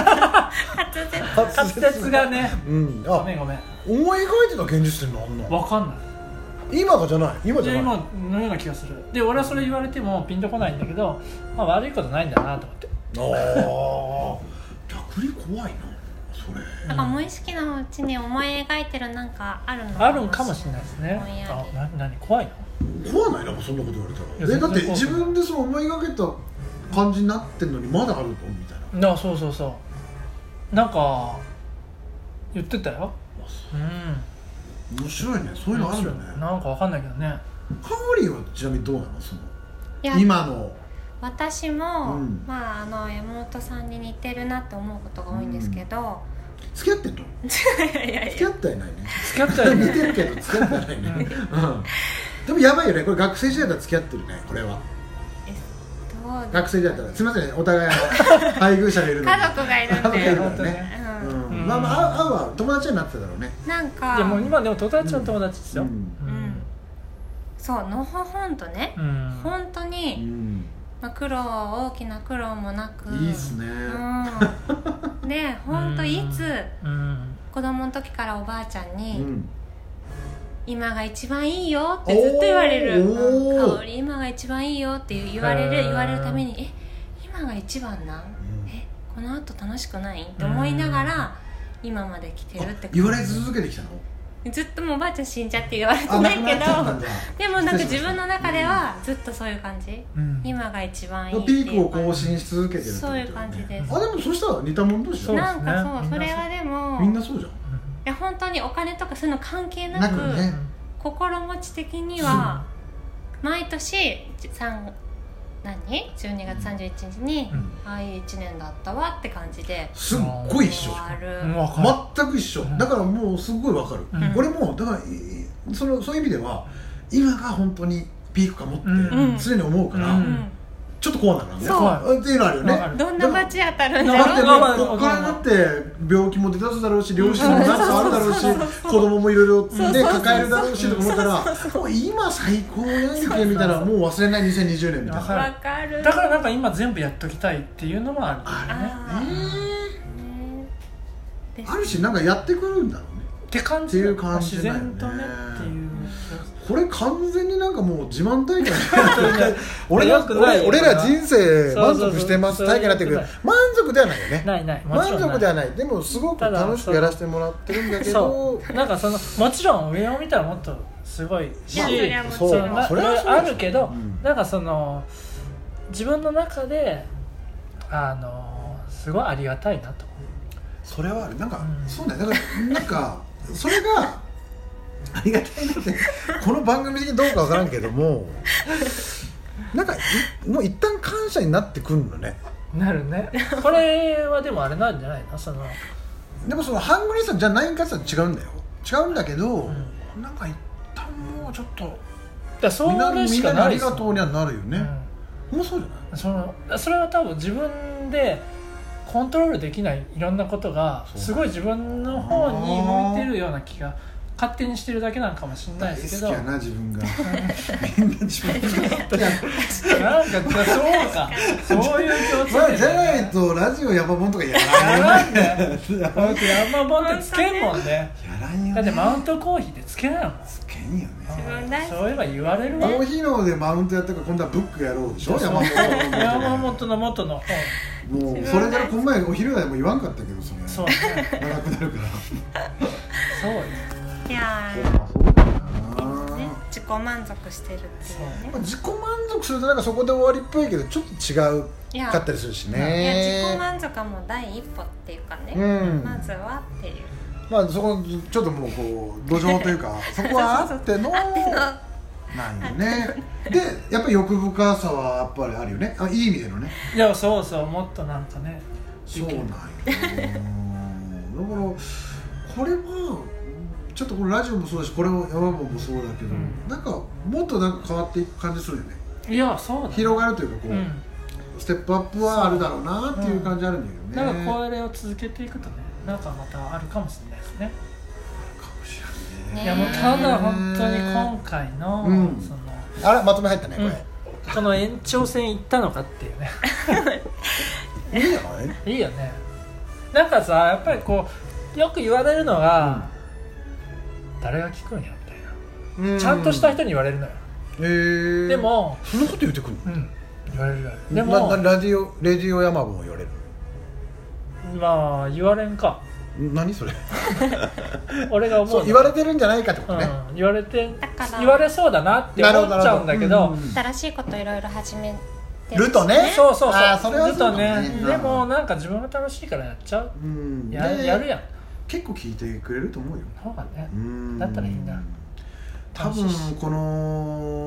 滑舌がね。ごめん。思い描いてた現実って何なの？ わかんない。 今じゃない。今のような気がする。で、俺はそれ言われてもピンとこないんだけど、まあ悪いことないんだなと思って。 逆に怖いなそれ。 なんか無意識のうちに思い描いてるなんかあるのかもしれないですね。何怖いの？怖ないな、そんなこと言われたら。だって自分でその思い描けた感じになってんのにまだあるのみたいな。 そうなんか言ってたよ。 面白いね、そういうのあるよね。 なんかわかんないけどね。 かおりんはちなみにどうなのその今の私も、まあ、山本さんに似てるなって思うことが多いんですけど、 付き合ってんの？ いや付き合ってはいないね。 付き合ってはいない似てるけど付き合ってはいないね、でもやばいよねこれ。学生時代だったら付き合ってるねこれは。学生時代だったらすみませんね、お互い配偶者がいるので家族がいるんで家族がいるからね、まあまあ会うは友達になってただろうね。 なんかいやもう今でも友達は友達ですよ。 そうのほほんとね、本当に、まあ、大きな苦労もなくいいっすね、 で本当いつ子供の時からおばあちゃんに、今が一番いいよってずっと言われる。香り今が一番いいよって言われるために今が一番なん、この後楽しくないって思いながら今まで来てるって言われ続けてきたの？ ずっともうおばあちゃん死んじゃって言われてないけどでもなんか自分の中ではずっとそういう感じ、今が一番いいっていうピークを更新し続けてるってことだよね。 そういう感じです。 でもそしたら似たもん同士だよ。 なんかそれはでもみんなそうじゃん。いや本当にお金とかそういうの関係なく心持ち的には毎年12月31日にああいう1年だったわって感じですっごい一緒。全く一緒だからもうすごいわかる。俺もだからそういう意味では今が本当にピークかもって常に思うからちょっと怖いなんだよっていうのあるよね。 どんな罰当たるんだろう。 ここからだって病気も出だすだろうし両親もなんかあるだろうし子供もいろいろ抱えるだろうしと思ったらもう今最高やんけみたいな、もう忘れない2020年みたいな。 わかる。 だからなんか今全部やっときたいっていうのもあるね。あるしなんかやってくるんだろうねって感じ。 自然とねっていう。 これ完全になんかもう自慢大会俺ら人生満足してます大会になってるけど満足ではないよね。 ない満足ではない。でもすごく楽しくやらせてもらってるんだけど、 なんかもちろん上を見たらもっとすごいし、それはあるけど、なんか自分の中ですごいありがたいなと。 それはある。なんかそうね。だからなんかそれがありがたいなってこの番組的にどうかわからんけどもなんかもう一旦感謝になってくるのね。 なるね。これはでもあれなんじゃないの？ でもハングリーさじゃないんかって違うんだよ。違うんだけど、なんか一旦もうちょっとみんなにありがとうにはなるよね。もうそうじゃない？ それは多分自分でコントロールできないいろんなことがすごい自分の方に向いてるような気が勝手にしてるだけなのかもしれないですけど。 大好きやな自分がみんな自分がなんかそうかそういう共通点じゃないとラジオ山本とかやらんね。山本ってつけんもんね。 やらんよね。 だってマウントコーヒーってつけないもん。 つけんよね。 そういえば言われるわ。 コーヒーのでマウントやったから今度はブックやろうでしょ。山本の元の本もうそれからこの前お昼でも言わんかったけどそうね長くなるからそうよ。 いや自己満足してるっていうね。 自己満足するとなんかそこで終わりっぽいけどちょっと違うかったりするしね。 いや自己満足はもう第一歩っていうかね、まずはっていう。 まあそこちょっともうこう土壌というかそこはあってのなんよね。でやっぱり欲深さはやっぱりあるよね。いい意味でのね。 いやそうもっとなんかね。 そうなんよ。だからこれはちょっとこのラジオもそうだしこれも山本もそうだけど、なんかもっとなんか変わっていく感じするよね。 いやそうだね。 広がるというかこう、ステップアップはあるだろうなっていう感じあるんだけどね。 なんかこれを続けていくとね、なんかまたあるかもしれないですね。 かもしれないね。 いやもうただ本当に今回の、 あれまとめ入ったねこれ。 この延長戦行ったのかっていうね。 いいじゃない？ いいよね。なんかさやっぱりこうよく言われるのが、誰が聞くんやみたいな、ちゃんとした人に言われるのよ。でもそんなこと言ってくるの？ 言われる。でもレディオ山本も言われる。 まあ言われんか。 何それ？ 俺が思う言われてるんじゃないかってことね。 言われそうだなって思っちゃうんだけど、 新しいこといろいろ始めるとね。 そうそれはるとね。でもなんか自分が楽しいからやっちゃう。やるやん。 結構聞いてくれると思うよ。 そうだね。だったらいいな。 多分この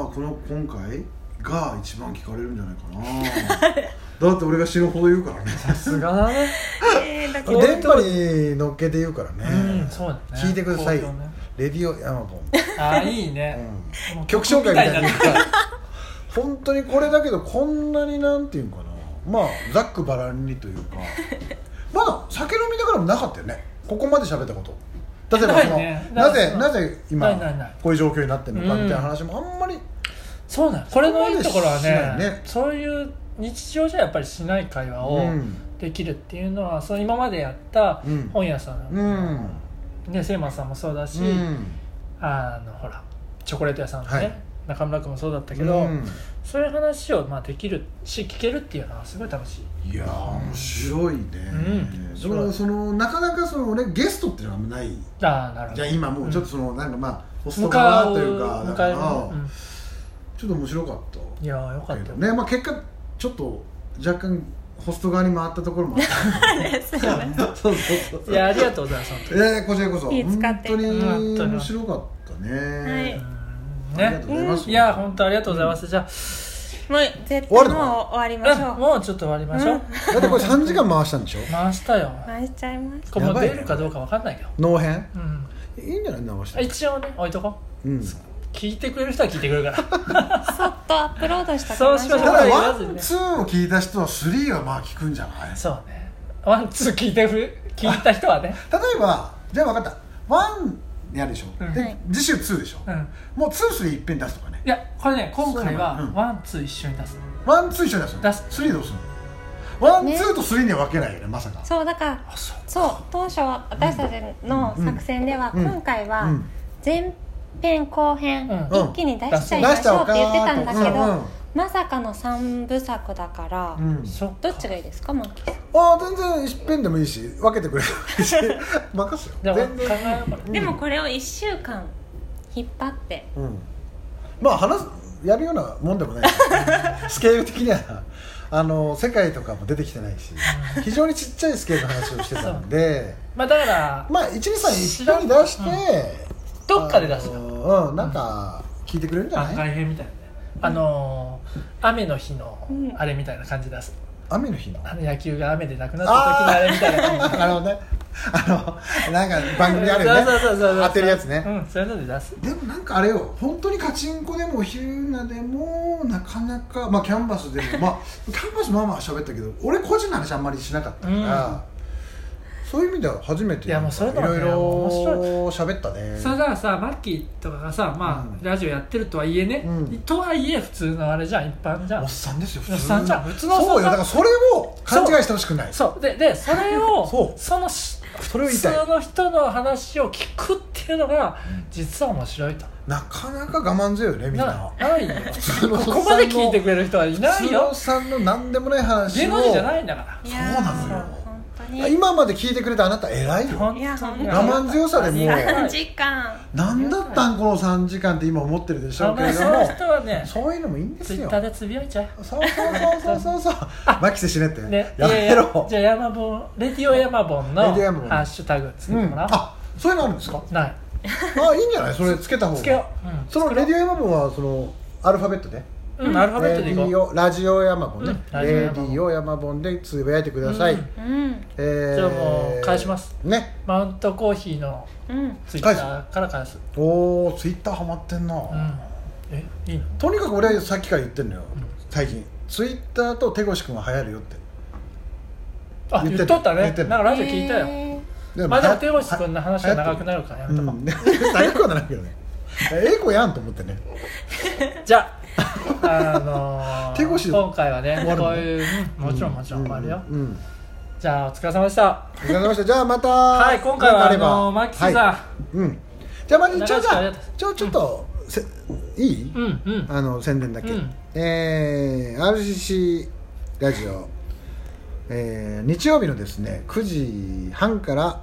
この今回が一番聞かれるんじゃないかなだって俺が死ぬほど言うからねさすがだね電波に乗っけて言うからね、 そうだね、 聞いてください、レディオヤマボンいいね、 曲紹介みたいな本当にこれだけどこんなになんていうかな、まあざっくばらんにというかまだ酒飲みながらもなかったよね、ここまで喋ったこと。例えばその、なぜ今こういう状況になってるのかみたいな話もあんまり、 そうなん、これのいいところはね、そういう日常じゃやっぱりしない会話をできるっていうのは、その今までやった本屋さん、ね、セイマンさんもそうだし、ほらチョコレート屋さんのね、中村君もそうだったけど、そういう話をできるし聞けるっていうのはすごい楽しい。 いや面白いね、そのなかなかその、ね、ゲストっていうのはない。 なるほど。 じゃあ今もうちょっとその、なんかホスト側というかだから、ちょっと面白かった。 いやよかったよね、結果ちょっと若干ホスト側に回ったところもあったそういやありがとうございます。 こちらこそ本当に面白かったね。ありがとうございます。 いや本当ありがとうございます。じゃあもう絶対もう終わりましょう。 もうちょっと終わりましょう。 だってこれ3時間回したんでしょ。 回したよ。 回しちゃいます。 これもう出るかどうか分かんないけど。 ノー編？いいんじゃない直した。 一応ね置いとこう。聞いてくれる人は聞いてくれるからそっとアップロードしたそうしましょう。 ただワンツーを聞いた人は3は聞くんじゃない。 そうね、ワンツー聞いた人はね例えばじゃあ分かった、ワンやるでしょ、で次週2でしょ、もう2、3いっぺん出すとかね。 いやこれね今回はワンツー一緒に出す。 ワンツー一緒に出す。3どうするの。ワンツーと3には分けないよね、まさか。 そうだからそう当初私たちの作戦では今回は前編後編一気に出しちゃいましょうって言ってたんだけど、まさかの3部作だから、どっちがいいですかマッキーさん。 全然一遍でもいいし分けてくれるし任すよ。 でもこれを1週間引っ張って、 まあやるようなもんでもないスケール的には世界とかも出てきてないし非常にちっちゃいスケールの話をしてたんでだから 1、2、3一緒に出してどっかで出すよ。なんか聞いてくれるんじゃない。 番外編みたいなね、雨の日のあれみたいな感じで出す。 雨の日の野球が雨でなくなった時のあれみたいな感じ。 なるほどね。なんか番組あるよね。当てるやつね。 そういうので出す。 でもなんかあれよ、本当にカチンコでもお昼なでもなかなかキャンバスでもキャンバスまあ喋ったけど、俺個人の話あんまりしなかったから。そういう意味では初めていろいろ喋ったね。 それだからさ、マッキーとかがさ、ラジオやってるとはいえね、とはいえ普通のあれじゃん、一般じゃん。 おっさんですよ、 おっさんじゃん。普通のおっさん。 そうよ、だからそれを勘違いしてほしくない。 そうでそれをそれを言いたい。 普通の人の話を聞くっていうのが実は面白いと。 なかなか我慢強いよね、みんな。 ないよ。ここまで聞いてくれる人はいないよ。 普通のおっさんの何でもない話を。 芸能人じゃないんだから。 そうなのよ。今まで聞いてくれたあなた偉いよ。我慢強さでもう 3時間何だったんこの3時間って今思ってるでしょうけれども、 そういう人はね、 そういうのもいいんですよ。 ツイッターでつぶやいちゃえ。 そうマキセしねってやめろ。じゃあヤマボン、レディオヤマボンのハッシュタグつけてもらおう。 そういうのあるんですか。 ない。 いいんじゃない、それつけた方が。 つけよう。 そのレディオヤマボンはそのアルファベットで、 アルファベットでいこう。 ラジオヤマボンね、レディオヤマボンでつぶやいてください。じゃあもう返しますね。 マウントコーヒーのツイッターから返す。 おお、ツイッターハマってんな。 いいの。 とにかく俺はさっきから言ってんのよ、最近ツイッターと手越くんは流行るよって。 言っとったね。なんかラジオ聞いたよ。でも手越くんの話は長くなるからやめとこう。 長くはなるけどね、英語やんと思ってね。 じゃあ手越今回はねこういうもちろん終わるよ。じゃあお疲れ様でした。 お疲れ様でした。じゃあまた。 はい、今回はマキさん。 じゃあまず一応ちょっといい？宣伝だけ。RCC ラジオ日曜日のですね9時半から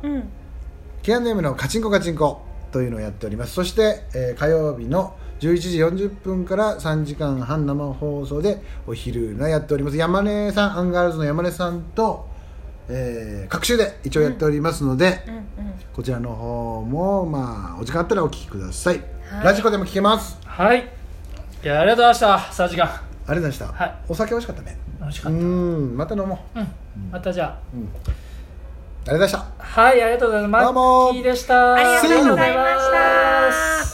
K&Mのカチンコカチンコというのをやっております。そして火曜日の11時40分から3時間半生放送でお昼がやっております。山根さん、アンガールズの山根さんと、各週で一応やっておりますので、こちらの方もお時間あったらお聞きください。ラジコでも聞けます。 はい、 いやありがとうございました3時間。 ありがとうございました、はい、お酒美味しかったね。 美味しかった。 また飲もう。 またじゃあ、 ありがとうございました。 はい、ありがとうございます。マッキーでした。 ありがとうございました。